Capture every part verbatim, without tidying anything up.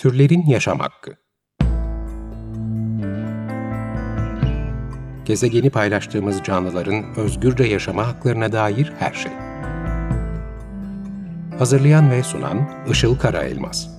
Türlerin yaşam hakkı. Gezegeni paylaştığımız canlıların özgürce yaşama haklarına dair her şey. Hazırlayan ve sunan Işıl Karaelmaz.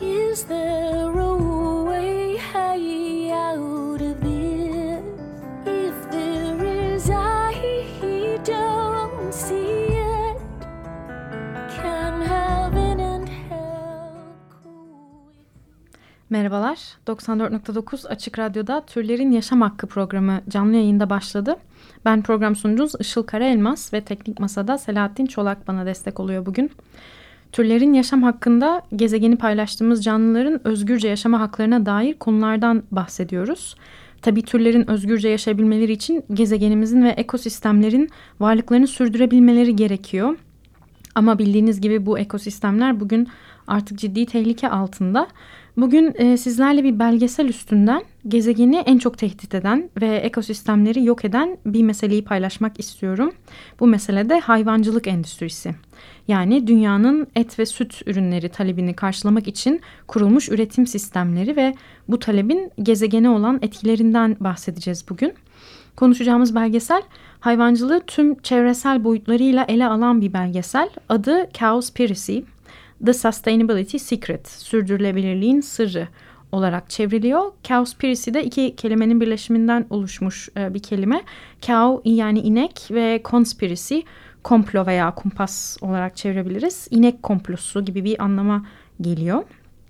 Merhabalar, doksan dört nokta dokuz Açık Radyo'da Türlerin Yaşam Hakkı programı canlı yayında başladı. Ben program sunucunuz Işıl Karaelmaz ve Teknik Masa'da Selahattin Çolak bana destek oluyor bugün. Türlerin yaşam hakkında gezegeni paylaştığımız canlıların özgürce yaşama haklarına dair konulardan bahsediyoruz. Tabii türlerin özgürce yaşayabilmeleri için gezegenimizin ve ekosistemlerin varlıklarını sürdürebilmeleri gerekiyor. Ama bildiğiniz gibi bu ekosistemler bugün artık ciddi tehlike altında. Bugün e, sizlerle bir belgesel üstünden gezegeni en çok tehdit eden ve ekosistemleri yok eden bir meseleyi paylaşmak istiyorum. Bu mesele de hayvancılık endüstrisi. Yani dünyanın et ve süt ürünleri talebini karşılamak için kurulmuş üretim sistemleri ve bu talebin gezegene olan etkilerinden bahsedeceğiz bugün. Konuşacağımız belgesel hayvancılığı tüm çevresel boyutlarıyla ele alan bir belgesel. Adı Cowspiracy, The Sustainability Secret, sürdürülebilirliğin sırrı olarak çevriliyor. Cowspiracy de iki kelimenin birleşiminden oluşmuş bir kelime. Cow yani inek ve conspiracy komplo veya kumpas olarak çevirebiliriz. İnek komplosu gibi bir anlama geliyor.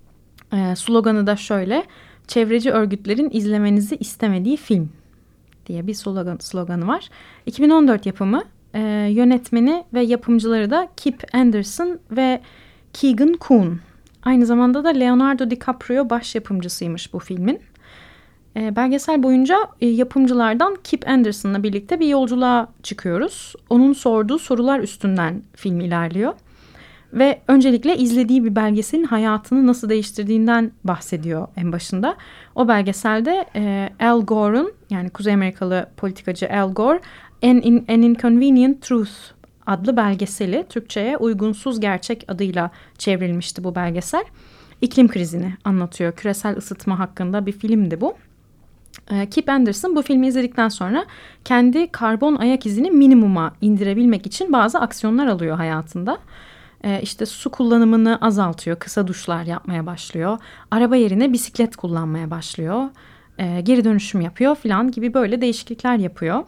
E, sloganı da şöyle: çevreci örgütlerin izlemenizi istemediği film diye bir slogan, sloganı var. iki bin on dört yapımı, e, yönetmeni ve yapımcıları da Kip Anderson ve Keegan Kuhn. Aynı zamanda da Leonardo DiCaprio baş yapımcısıymış bu filmin. E, belgesel boyunca e, yapımcılardan Kip Anderson'la birlikte bir yolculuğa çıkıyoruz. Onun sorduğu sorular üstünden film ilerliyor. Ve öncelikle izlediği bir belgeselin hayatını nasıl değiştirdiğinden bahsediyor en başında. O belgeselde e, Al Gore'un, yani Kuzey Amerikalı politikacı Al Gore, An, In, An Inconvenient Truth adlı belgeseli, Türkçe'ye Uygunsuz Gerçek adıyla çevrilmişti bu belgesel. İklim krizini anlatıyor. Küresel ısıtma hakkında bir filmdi bu. Kip Anderson bu filmi izledikten sonra kendi karbon ayak izini minimuma indirebilmek için bazı aksiyonlar alıyor hayatında. İşte su kullanımını azaltıyor, kısa duşlar yapmaya başlıyor, araba yerine bisiklet kullanmaya başlıyor, geri dönüşüm yapıyor falan gibi böyle değişiklikler yapıyor.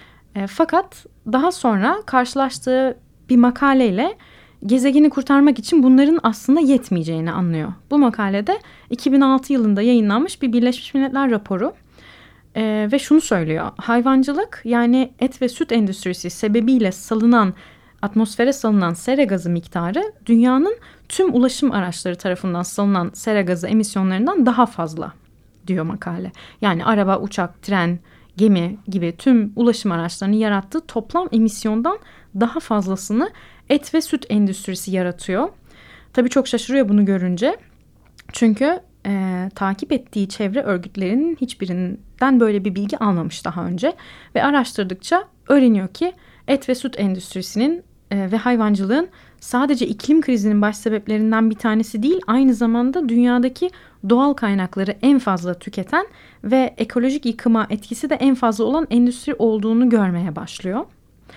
Fakat daha sonra karşılaştığı bir makaleyle gezegeni kurtarmak için bunların aslında yetmeyeceğini anlıyor. Bu makalede iki bin altı yılında yayınlanmış bir Birleşmiş Milletler raporu ee, ve şunu söylüyor: hayvancılık, yani et ve süt endüstrisi sebebiyle salınan, atmosfere salınan sera gazı miktarı dünyanın tüm ulaşım araçları tarafından salınan sera gazı emisyonlarından daha fazla diyor makale. Yani araba, uçak, tren, gemi gibi tüm ulaşım araçlarının yarattığı toplam emisyondan daha fazlasını et ve süt endüstrisi yaratıyor. Tabii çok şaşırıyor bunu görünce. Çünkü e, takip ettiği çevre örgütlerinin hiçbirinden böyle bir bilgi almamış daha önce. Ve araştırdıkça öğreniyor ki et ve süt endüstrisinin e, ve hayvancılığın sadece iklim krizinin baş sebeplerinden bir tanesi değil, aynı zamanda dünyadaki doğal kaynakları en fazla tüketen ve ekolojik yıkıma etkisi de en fazla olan endüstri olduğunu görmeye başlıyor.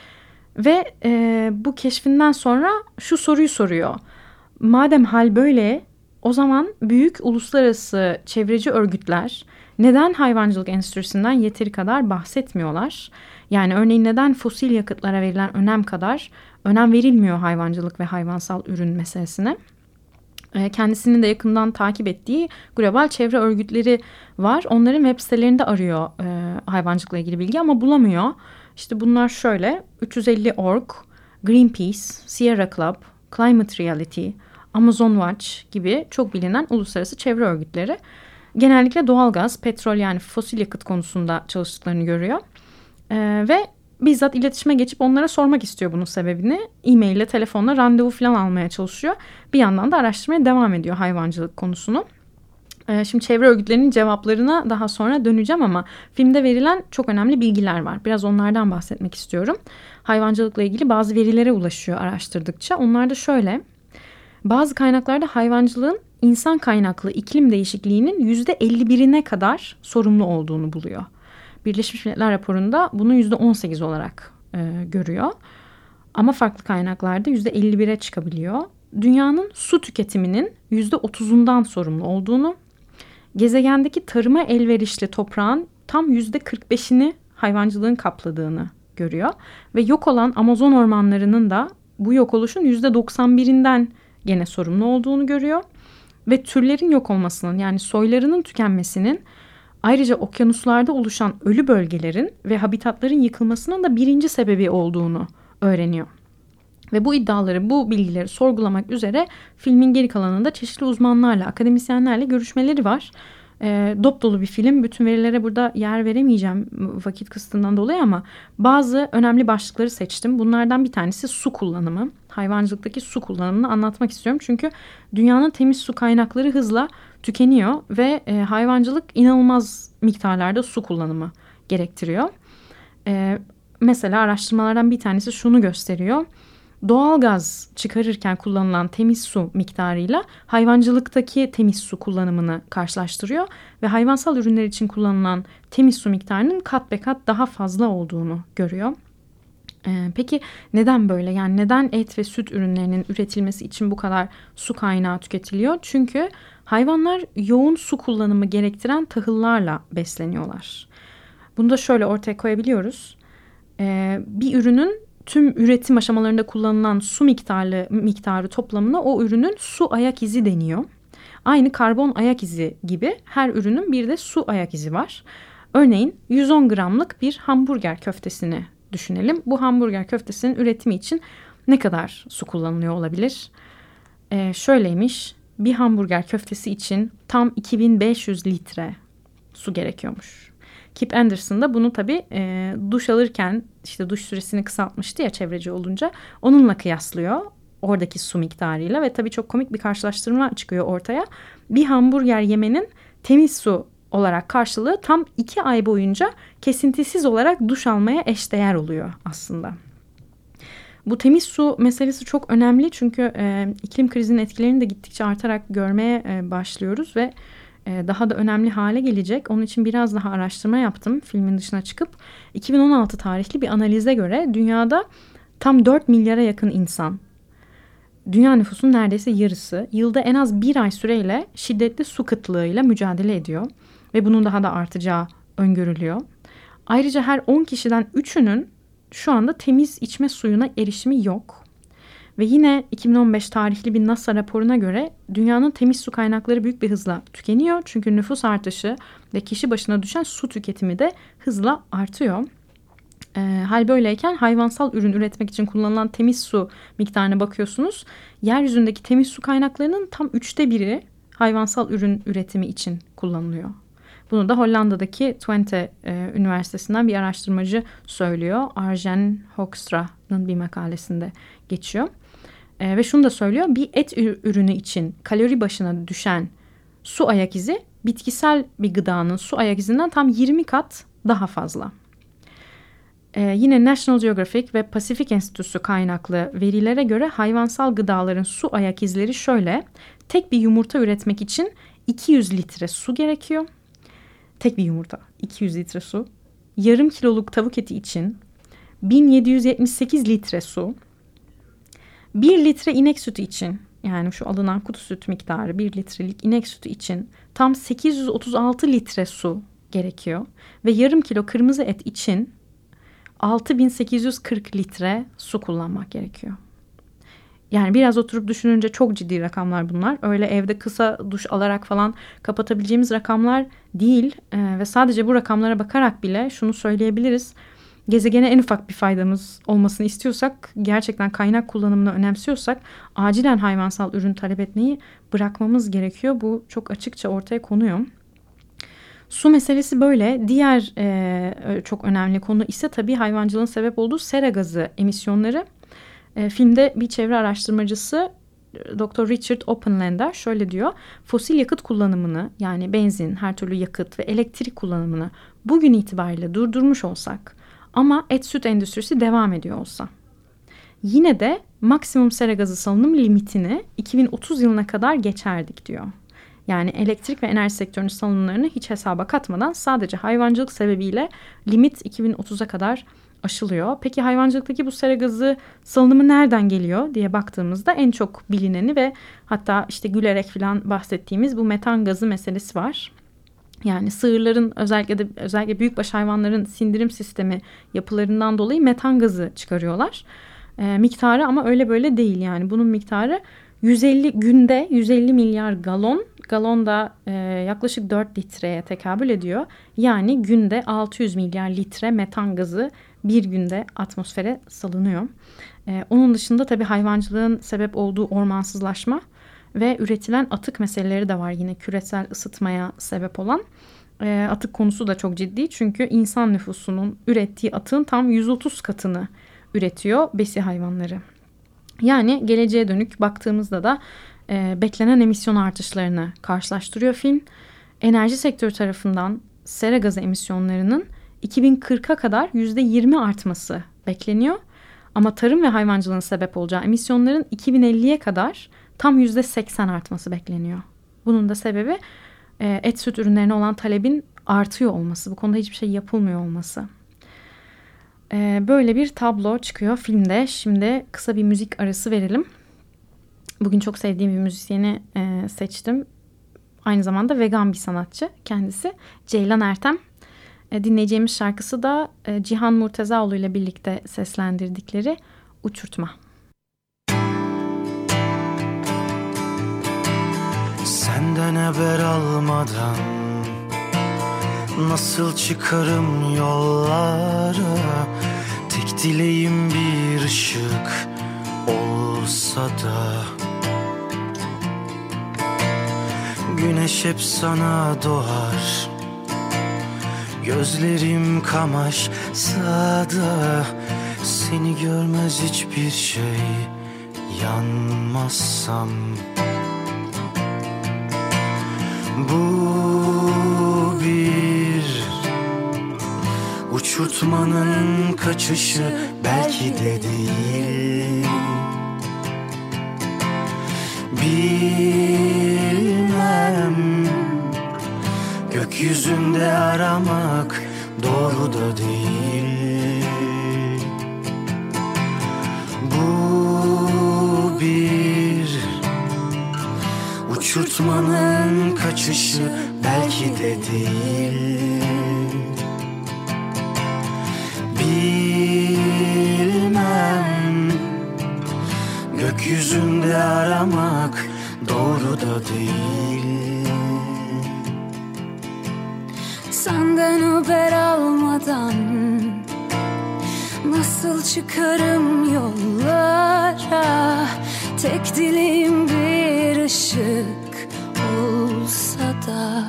Ve e, bu keşfinden sonra şu soruyu soruyor: madem hal böyle, o zaman büyük uluslararası çevreci örgütler neden hayvancılık endüstrisinden yeteri kadar bahsetmiyorlar? Yani örneğin neden fosil yakıtlara verilen önem kadar önem verilmiyor hayvancılık ve hayvansal ürün meselesine? Kendisinin de yakından takip ettiği global çevre örgütleri var. Onların web sitelerinde arıyor e, hayvancılıkla ilgili bilgi ama bulamıyor. İşte bunlar şöyle: üç yüz elli nokta org, Greenpeace, Sierra Club, Climate Reality, Amazon Watch gibi çok bilinen uluslararası çevre örgütleri genellikle doğalgaz, petrol yani fosil yakıt konusunda çalıştıklarını görüyor. E, ve bizzat iletişime geçip onlara sormak istiyor bunun sebebini. E-mail ile, telefonla randevu falan almaya çalışıyor. Bir yandan da araştırmaya devam ediyor hayvancılık konusunu. Ee, şimdi çevre örgütlerinin cevaplarına daha sonra döneceğim ama filmde verilen çok önemli bilgiler var. Biraz onlardan bahsetmek istiyorum. Hayvancılıkla ilgili bazı verilere ulaşıyor araştırdıkça. Onlar da şöyle: bazı kaynaklarda hayvancılığın insan kaynaklı iklim değişikliğinin yüzde elli birine kadar sorumlu olduğunu buluyor. Birleşmiş Milletler raporunda bunu yüzde on sekiz olarak e, görüyor. Ama farklı kaynaklarda yüzde elli bire çıkabiliyor. Dünyanın su tüketiminin yüzde otuzundan sorumlu olduğunu, gezegendeki tarıma elverişli toprağın tam yüzde kırk beşini hayvancılığın kapladığını görüyor. Ve yok olan Amazon ormanlarının da bu yok oluşun yüzde doksan birinden gene sorumlu olduğunu görüyor. Ve türlerin yok olmasının, yani soylarının tükenmesinin, ayrıca okyanuslarda oluşan ölü bölgelerin ve habitatların yıkılmasının da birinci sebebi olduğunu öğreniyor. Ve bu iddiaları, bu bilgileri sorgulamak üzere filmin geri kalanında çeşitli uzmanlarla, akademisyenlerle görüşmeleri var. E, dop dolu bir film. Bütün verilere burada yer veremeyeceğim vakit kısıtından dolayı ama bazı önemli başlıkları seçtim. Bunlardan bir tanesi su kullanımı. Hayvancılıktaki su kullanımını anlatmak istiyorum. Çünkü dünyanın temiz su kaynakları hızla tükeniyor ve e, hayvancılık inanılmaz miktarlarda su kullanımı gerektiriyor. E, mesela araştırmalardan bir tanesi şunu gösteriyor. Doğalgaz çıkarırken kullanılan temiz su miktarıyla hayvancılıktaki temiz su kullanımını karşılaştırıyor ve hayvansal ürünler için kullanılan temiz su miktarının kat be kat daha fazla olduğunu görüyor. Ee, peki neden böyle? Yani neden et ve süt ürünlerinin üretilmesi için bu kadar su kaynağı tüketiliyor? Çünkü hayvanlar yoğun su kullanımı gerektiren tahıllarla besleniyorlar. Bunu da şöyle ortaya koyabiliyoruz. Ee, bir ürünün tüm üretim aşamalarında kullanılan su miktarı, miktarı toplamına o ürünün su ayak izi deniyor. Aynı karbon ayak izi gibi her ürünün bir de su ayak izi var. Örneğin yüz on gramlık bir hamburger köftesini düşünelim. Bu hamburger köftesinin üretimi için ne kadar su kullanılıyor olabilir? Ee, şöyleymiş, bir hamburger köftesi için tam iki bin beş yüz litre su gerekiyormuş. Kip Anderson da bunu tabii e, duş alırken, işte duş süresini kısaltmıştı ya çevreci olunca, onunla kıyaslıyor oradaki su miktarıyla ve tabii çok komik bir karşılaştırma çıkıyor ortaya. Bir hamburger yemenin temiz su olarak karşılığı tam iki ay boyunca kesintisiz olarak duş almaya eşdeğer oluyor aslında. Bu temiz su meselesi çok önemli çünkü e, iklim krizinin etkilerini de gittikçe artarak görmeye e, başlıyoruz ve daha da önemli hale gelecek. Onun için biraz daha araştırma yaptım filmin dışına çıkıp. iki bin on altı tarihli bir analize göre dünyada tam dört milyara yakın insan, dünya nüfusunun neredeyse yarısı, yılda en az bir ay süreyle şiddetli su kıtlığıyla mücadele ediyor. Ve bunun daha da artacağı öngörülüyor. Ayrıca her on kişiden üçünün şu anda temiz içme suyuna erişimi yok. Ve yine iki bin on beş tarihli bir NASA raporuna göre dünyanın temiz su kaynakları büyük bir hızla tükeniyor. Çünkü nüfus artışı ve kişi başına düşen su tüketimi de hızla artıyor. E, hal böyleyken hayvansal ürün üretmek için kullanılan temiz su miktarına bakıyorsunuz. Yeryüzündeki temiz su kaynaklarının tam üçte biri hayvansal ürün üretimi için kullanılıyor. Bunu da Hollanda'daki Twente e, Üniversitesi'nden bir araştırmacı söylüyor. Arjen Hoekstra'nın bir makalesinde geçiyor. E, ve şunu da söylüyor. Bir et ürünü için kalori başına düşen su ayak izi bitkisel bir gıdanın su ayak izinden tam yirmi kat daha fazla. E, yine National Geographic ve Pasifik Enstitüsü kaynaklı verilere göre hayvansal gıdaların su ayak izleri şöyle. Tek bir yumurta üretmek için iki yüz litre su gerekiyor. Tek bir yumurta, iki yüz litre su. Yarım kiloluk tavuk eti için bin yedi yüz yetmiş sekiz litre su. bir litre inek sütü için, yani şu alınan kutu süt miktarı bir litrelik inek sütü için tam sekiz yüz otuz altı litre su gerekiyor. Ve yarım kilo kırmızı et için altı bin sekiz yüz kırk litre su kullanmak gerekiyor. Yani biraz oturup düşününce çok ciddi rakamlar bunlar. Öyle evde kısa duş alarak falan kapatabileceğimiz rakamlar değil. Ee, ve sadece bu rakamlara bakarak bile şunu söyleyebiliriz. Gezegene en ufak bir faydamız olmasını istiyorsak, gerçekten kaynak kullanımını önemsiyorsak acilen hayvansal ürün talep etmeyi bırakmamız gerekiyor. Bu çok açıkça ortaya konuyor. Su meselesi böyle. Diğer e, çok önemli konu ise tabii hayvancılığın sebep olduğu sera gazı emisyonları. E, filmde bir çevre araştırmacısı doktor Richard Oppenlander şöyle diyor. Fosil yakıt kullanımını, yani benzin, her türlü yakıt ve elektrik kullanımını bugün itibariyle durdurmuş olsak ama et süt endüstrisi devam ediyor olsa, Yine de maksimum sera gazı salınım limitini iki bin otuz yılına kadar geçerdik diyor. Yani elektrik ve enerji sektörünün salınımlarını hiç hesaba katmadan sadece hayvancılık sebebiyle limit iki bin otuza kadar aşılıyor. Peki hayvancılıktaki bu sera gazı salınımı nereden geliyor diye baktığımızda en çok bilineni ve hatta işte gülerek falan bahsettiğimiz bu metan gazı meselesi var. Yani sığırların özellikle de özellikle büyükbaş hayvanların sindirim sistemi yapılarından dolayı metan gazı çıkarıyorlar. E, miktarı ama öyle böyle değil, yani bunun miktarı yüz elli günde yüz elli milyar galon. Galon da e, yaklaşık dört litreye tekabül ediyor. Yani günde altı yüz milyar litre metan gazı bir günde atmosfere salınıyor. E, onun dışında tabii hayvancılığın sebep olduğu ormansızlaşma ve üretilen atık meseleleri de var yine küresel ısıtmaya sebep olan. E, atık konusu da çok ciddi, çünkü insan nüfusunun ürettiği atığın tam yüz otuz katını üretiyor besi hayvanları. Yani geleceğe dönük baktığımızda da e, beklenen emisyon artışlarını karşılaştırıyor film. Enerji sektörü tarafından sera gazı emisyonlarının iki bin kırka kadar yüzde yirmi artması bekleniyor. Ama tarım ve hayvancılığın sebep olacağı emisyonların iki bin elliye kadar tam yüzde seksen artması bekleniyor. Bunun da sebebi e, et süt ürünlerine olan talebin artıyor olması. Bu konuda hiçbir şey yapılmıyor olması. E, böyle bir tablo çıkıyor filmde. Şimdi kısa bir müzik arası verelim. Bugün çok sevdiğim bir müzisyeni e, seçtim. Aynı zamanda vegan bir sanatçı kendisi. Ceylan Ertem. E, dinleyeceğimiz şarkısı da e, Cihan Murtezaoğlu ile birlikte seslendirdikleri Uçurtma. Senden haber almadan nasıl çıkarım yollara? Tek dileğim bir ışık olsa da, güneş hep sana doğar, gözlerim kamaşsa da seni görmez hiçbir şey yanmazsam. Bu bir uçurtmanın kaçışı belki de değil. Bilmem, gökyüzünde aramak doğru da değil. Bu bir uçurtmanın kaçışı belki de değil. Bilmem, gökyüzünde aramak doğru da değil. Senden haber almadan nasıl çıkarım yollara? Tek dileğim bir ışık olsa da,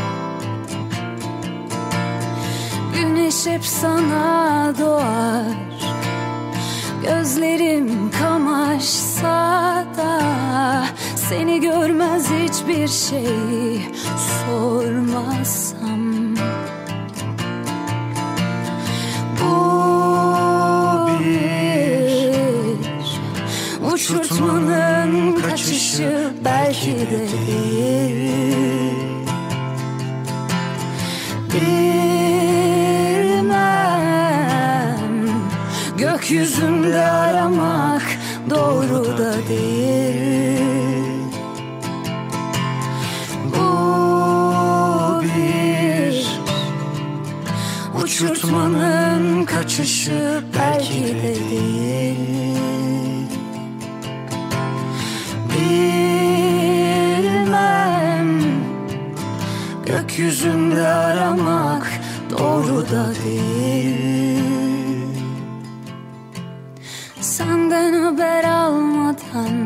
güneş hep sana doğar, gözlerim kamaşsa da seni görmez hiçbir şey sormazsam. Bu bir uçurtmanın kaçışı belki de değil. Bilmem, gökyüzünde aramak doğru da değil. Bu bir uçurtmanın kaçışı belki de değil. Bilmem, gökyüzünde aramak doğru da değil. Senden haber almadan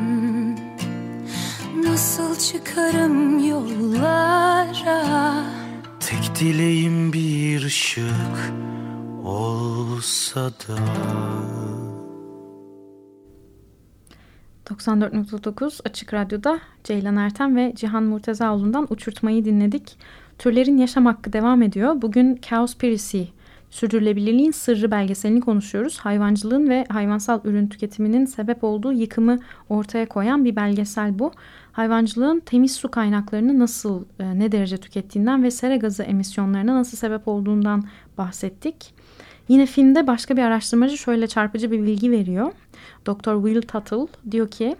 nasıl çıkarım yollara? Tek dileğim bir ışık olsa da. doksan dört nokta dokuz Açık Radyo'da Ceylan Ertem ve Cihan Murtezaoğlu'ndan Uçurtmayı dinledik. Türlerin Yaşam Hakkı devam ediyor. Bugün Cowspiracy Sürdürülebilirliğin Sırrı belgeselini konuşuyoruz. Hayvancılığın ve hayvansal ürün tüketiminin sebep olduğu yıkımı ortaya koyan bir belgesel bu. Hayvancılığın temiz su kaynaklarını nasıl, e, ne derece tükettiğinden ve sera gazı emisyonlarına nasıl sebep olduğundan bahsettik. Yine filmde başka bir araştırmacı şöyle çarpıcı bir bilgi veriyor. doktor Will Tuttle diyor ki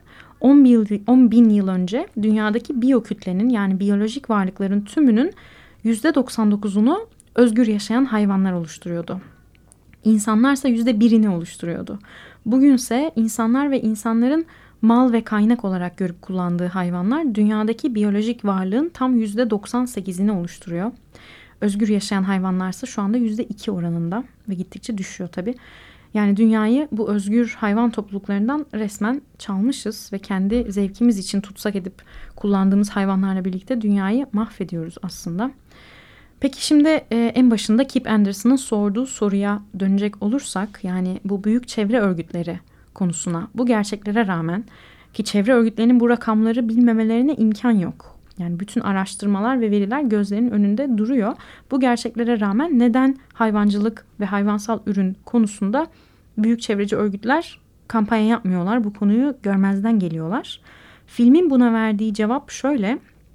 on bin yıl önce dünyadaki biyokütlenin, yani biyolojik varlıkların tümünün yüzde doksan dokuzunu özgür yaşayan hayvanlar oluşturuyordu. İnsanlarsa yüzde birini oluşturuyordu. Bugünse insanlar ve insanların mal ve kaynak olarak görüp kullandığı hayvanlar dünyadaki biyolojik varlığın tam yüzde doksan sekizini oluşturuyor. Özgür yaşayan hayvanlarsa şu anda yüzde iki oranında ve gittikçe düşüyor tabii. Yani dünyayı bu özgür hayvan topluluklarından resmen çalmışız ve kendi zevkimiz için tutsak edip kullandığımız hayvanlarla birlikte dünyayı mahvediyoruz aslında. Peki şimdi e, en başında Kip Anderson'ın sorduğu soruya dönecek olursak, yani bu büyük çevre örgütleri konusuna, bu gerçeklere rağmen, ki çevre örgütlerinin bu rakamları bilmemelerine imkan yok. Yani bütün araştırmalar ve veriler gözlerinin önünde duruyor. Bu gerçeklere rağmen neden hayvancılık ve hayvansal ürün konusunda büyük çevreci örgütler kampanya yapmıyorlar? Bu konuyu görmezden geliyorlar. Filmin buna verdiği cevap şöyle: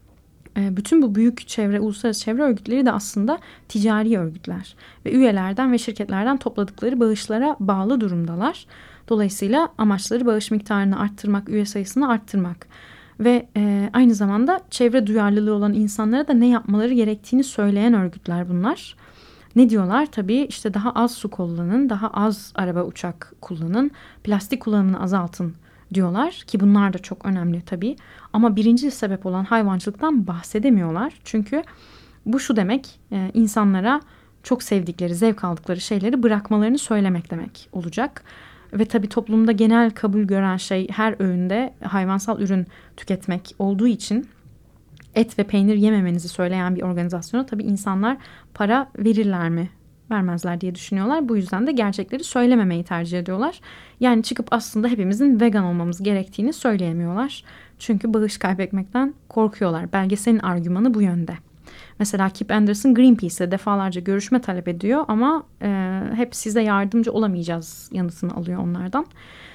bütün bu büyük çevre, uluslararası çevre örgütleri de aslında ticari örgütler ve üyelerden ve şirketlerden topladıkları bağışlara bağlı durumdalar. Dolayısıyla amaçları bağış miktarını arttırmak, üye sayısını arttırmak ve e, aynı zamanda çevre duyarlılığı olan insanlara da ne yapmaları gerektiğini söyleyen örgütler bunlar. Ne diyorlar? Tabii işte daha az su kullanın, daha az araba uçak kullanın, plastik kullanımını azaltın diyorlar ki bunlar da çok önemli tabii. Ama birinci sebep olan hayvancılıktan bahsedemiyorlar. Çünkü bu şu demek, e, insanlara çok sevdikleri, zevk aldıkları şeyleri bırakmalarını söylemek demek olacak. Ve tabii toplumda genel kabul gören şey her öğünde hayvansal ürün tüketmek olduğu için et ve peynir yememenizi söyleyen bir organizasyona tabii insanlar para verirler mi, vermezler diye düşünüyorlar. Bu yüzden de gerçekleri söylememeyi tercih ediyorlar. Yani çıkıp aslında hepimizin vegan olmamız gerektiğini söyleyemiyorlar. Çünkü bağış kaybetmekten korkuyorlar. Belgeselin argümanı bu yönde. Mesela Kip Anderson Greenpeace'le defalarca görüşme talep ediyor ama e, hep size yardımcı olamayacağız yanıtını alıyor onlardan.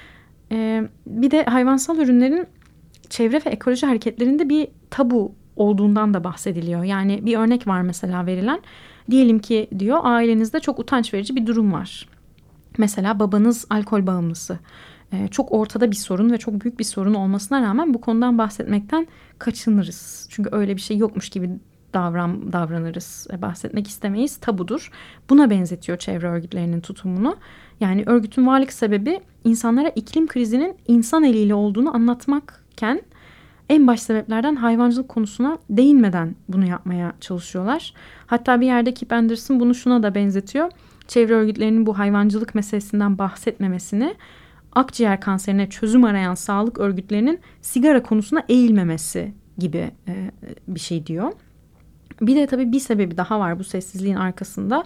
E, bir de hayvansal ürünlerin çevre ve ekoloji hareketlerinde bir tabu olduğundan da bahsediliyor. Yani bir örnek var mesela verilen. Diyelim ki diyor, ailenizde çok utanç verici bir durum var. Mesela babanız alkol bağımlısı. Ee, çok ortada bir sorun ve çok büyük bir sorun olmasına rağmen bu konudan bahsetmekten kaçınırız. Çünkü öyle bir şey yokmuş gibi davran, davranırız. E, bahsetmek istemeyiz, tabudur. Buna benzetiyor çevre örgütlerinin tutumunu. Yani örgütün varlık sebebi insanlara iklim krizinin insan eliyle olduğunu anlatmakken en baş sebeplerden hayvancılık konusuna değinmeden bunu yapmaya çalışıyorlar. Hatta bir yerde Kip Anderson bunu şuna da benzetiyor. Çevre örgütlerinin bu hayvancılık meselesinden bahsetmemesini, akciğer kanserine çözüm arayan sağlık örgütlerinin sigara konusuna eğilmemesi gibi e, bir şey diyor. Bir de tabii bir sebebi daha var bu sessizliğin arkasında.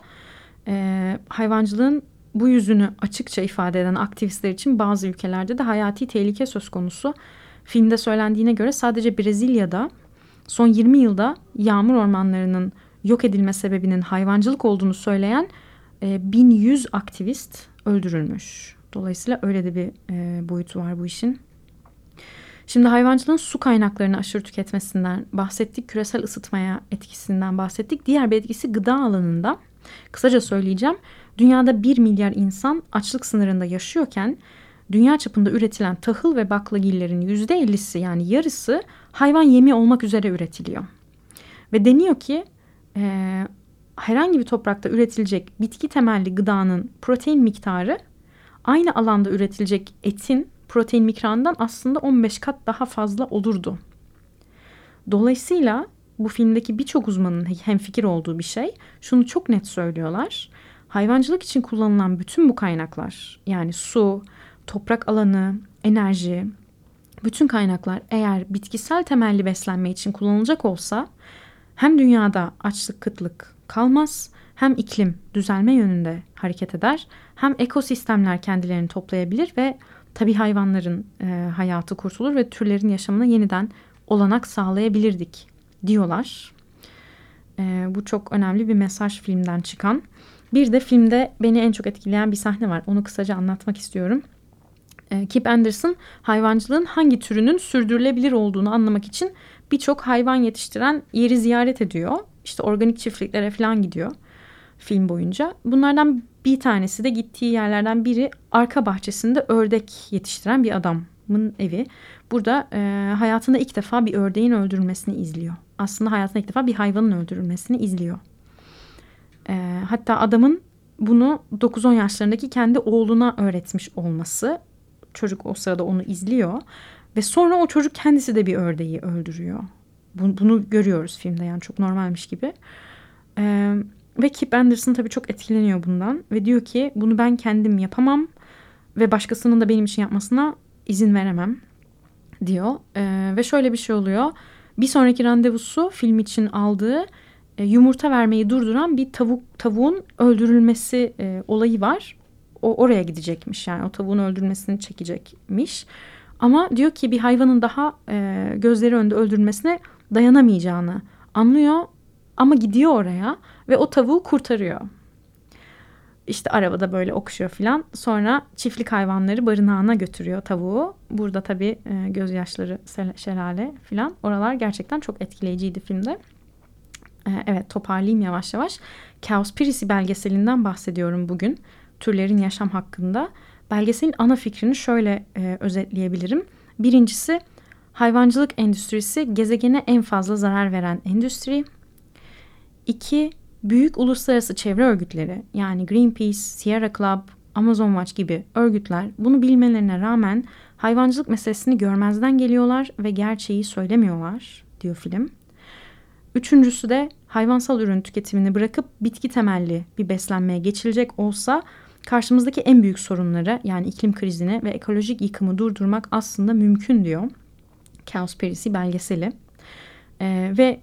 E, hayvancılığın bu yüzünü açıkça ifade eden aktivistler için bazı ülkelerde de hayati tehlike söz konusu. Filmde söylendiğine göre sadece Brezilya'da son yirmi yılda yağmur ormanlarının yok edilme sebebinin hayvancılık olduğunu söyleyen e, bin yüz aktivist öldürülmüş. Dolayısıyla öyle de bir e, boyutu var bu işin. Şimdi hayvancılığın su kaynaklarını aşırı tüketmesinden bahsettik. Küresel ısıtmaya etkisinden bahsettik. Diğer bir etkisi gıda alanında. Kısaca söyleyeceğim. Dünyada bir milyar insan açlık sınırında yaşıyorken dünya çapında üretilen tahıl ve baklagillerin yüzde ellisi, yani yarısı hayvan yemi olmak üzere üretiliyor. Ve deniyor ki e, herhangi bir toprakta üretilecek bitki temelli gıdanın protein miktarı aynı alanda üretilecek etin protein miktarından aslında on beş kat daha fazla olurdu. Dolayısıyla bu filmdeki birçok uzmanın hemfikir olduğu bir şey, şunu çok net söylüyorlar. Hayvancılık için kullanılan bütün bu kaynaklar, yani su, toprak alanı, enerji, bütün kaynaklar eğer bitkisel temelli beslenme için kullanılacak olsa hem dünyada açlık, kıtlık kalmaz, hem iklim düzelme yönünde hareket eder, hem ekosistemler kendilerini toplayabilir ve tabii hayvanların e, hayatı kurtulur ve türlerin yaşamına yeniden olanak sağlayabilirdik diyorlar. E, bu çok önemli bir mesaj filmden çıkan. Bir de filmde beni en çok etkileyen bir sahne var. Onu kısaca anlatmak istiyorum. Kip Anderson hayvancılığın hangi türünün sürdürülebilir olduğunu anlamak için birçok hayvan yetiştiren yeri ziyaret ediyor. İşte organik çiftliklere falan gidiyor film boyunca. Bunlardan bir tanesi de gittiği yerlerden biri arka bahçesinde ördek yetiştiren bir adamın evi. Burada e, hayatında ilk defa bir ördeğin öldürülmesini izliyor. Aslında hayatında ilk defa bir hayvanın öldürülmesini izliyor. E, hatta adamın bunu dokuz on yaşlarındaki kendi oğluna öğretmiş olması. Çocuk o sırada onu izliyor ve sonra o çocuk kendisi de bir ördeği öldürüyor. Bunu, bunu görüyoruz filmde, yani çok normalmiş gibi. Ee, ve Kip Anderson tabii çok etkileniyor bundan ve diyor ki bunu ben kendim yapamam ve başkasının da benim için yapmasına izin veremem diyor. Ee, ve şöyle bir şey oluyor. Bir sonraki randevusu film için aldığı e, yumurta vermeyi durduran bir tavuk tavuğun öldürülmesi e, olayı var. O oraya gidecekmiş, yani o tavuğun öldürülmesini çekecekmiş. Ama diyor ki bir hayvanın daha e, gözleri önünde öldürülmesine dayanamayacağını anlıyor. Ama gidiyor oraya ve o tavuğu kurtarıyor. İşte arabada böyle okşuyor falan. Sonra çiftlik hayvanları barınağına götürüyor tavuğu. Burada tabii e, gözyaşları, şelale falan. Oralar gerçekten çok etkileyiciydi filmde. E, evet, toparlayayım yavaş yavaş. Cowspiracy belgeselinden bahsediyorum bugün. Türlerin yaşam hakkında. Belgeselin ana fikrini şöyle e, özetleyebilirim. Birincisi, hayvancılık endüstrisi gezegene en fazla zarar veren endüstri. İki, büyük uluslararası çevre örgütleri, yani Greenpeace, Sierra Club, Amazon Watch gibi örgütler bunu bilmelerine rağmen hayvancılık meselesini görmezden geliyorlar ve gerçeği söylemiyorlar diyor film. Üçüncüsü de hayvansal ürün tüketimini bırakıp bitki temelli bir beslenmeye geçilecek olsa karşımızdaki en büyük sorunları, yani iklim krizini ve ekolojik yıkımı durdurmak aslında mümkün diyor Cowspiracy belgeseli. Ee, ve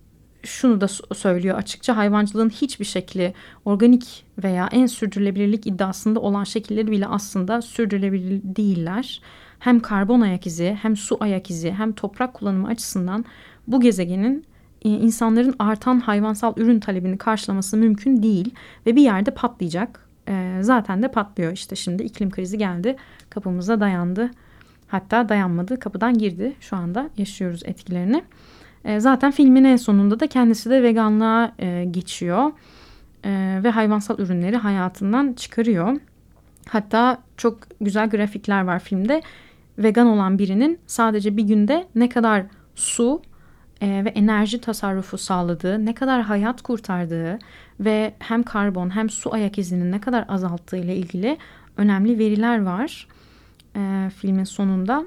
şunu da söylüyor açıkça, hayvancılığın hiçbir şekli organik veya en sürdürülebilirlik iddiasında olan şekilleri bile aslında sürdürülebilir değiller. Hem karbon ayak izi, hem su ayak izi, hem toprak kullanımı açısından bu gezegenin insanların artan hayvansal ürün talebini karşılaması mümkün değil ve bir yerde patlayacak. E, zaten de patlıyor. İşte şimdi iklim krizi geldi, kapımıza dayandı. Hatta dayanmadı, kapıdan girdi. Şu anda yaşıyoruz etkilerini. E, zaten filmin en sonunda da kendisi de veganlığa e, geçiyor e, ve hayvansal ürünleri hayatından çıkarıyor. Hatta çok güzel grafikler var filmde. Vegan olan birinin sadece bir günde ne kadar su ve enerji tasarrufu sağladığı, ne kadar hayat kurtardığı ve hem karbon hem su ayak izinin ne kadar azalttığı ile ilgili önemli veriler var e, filmin sonunda.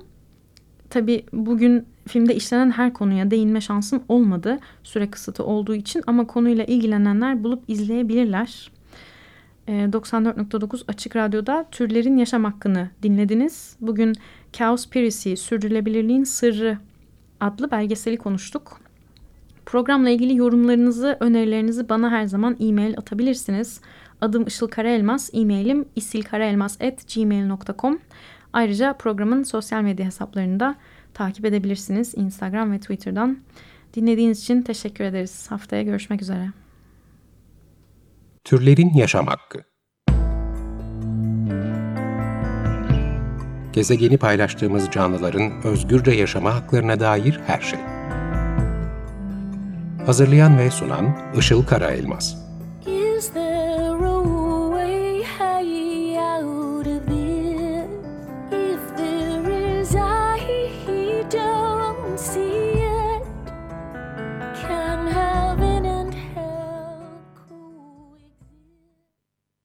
Tabii bugün filmde işlenen her konuya değinme şansım olmadı süre kısıtı olduğu için, ama konuyla ilgilenenler bulup izleyebilirler. E, doksan dört nokta dokuz Açık Radyo'da Türlerin Yaşam Hakkını dinlediniz. Bugün Cowspiracy, Sürdürülebilirliğin Sırrı adlı belgeseli konuştuk. Programla ilgili yorumlarınızı, önerilerinizi bana her zaman e-mail atabilirsiniz. Adım Işıl Karaelmaz, e-mailim isilkaraelmaz at gmail nokta com. Ayrıca programın sosyal medya hesaplarını da takip edebilirsiniz Instagram ve Twitter'dan. Dinlediğiniz için teşekkür ederiz. Haftaya görüşmek üzere. Türlerin Yaşam Hakkı. Gezegeni paylaştığımız canlıların özgürce yaşama haklarına dair her şey. Hazırlayan ve sunan Işıl Karaelmaz.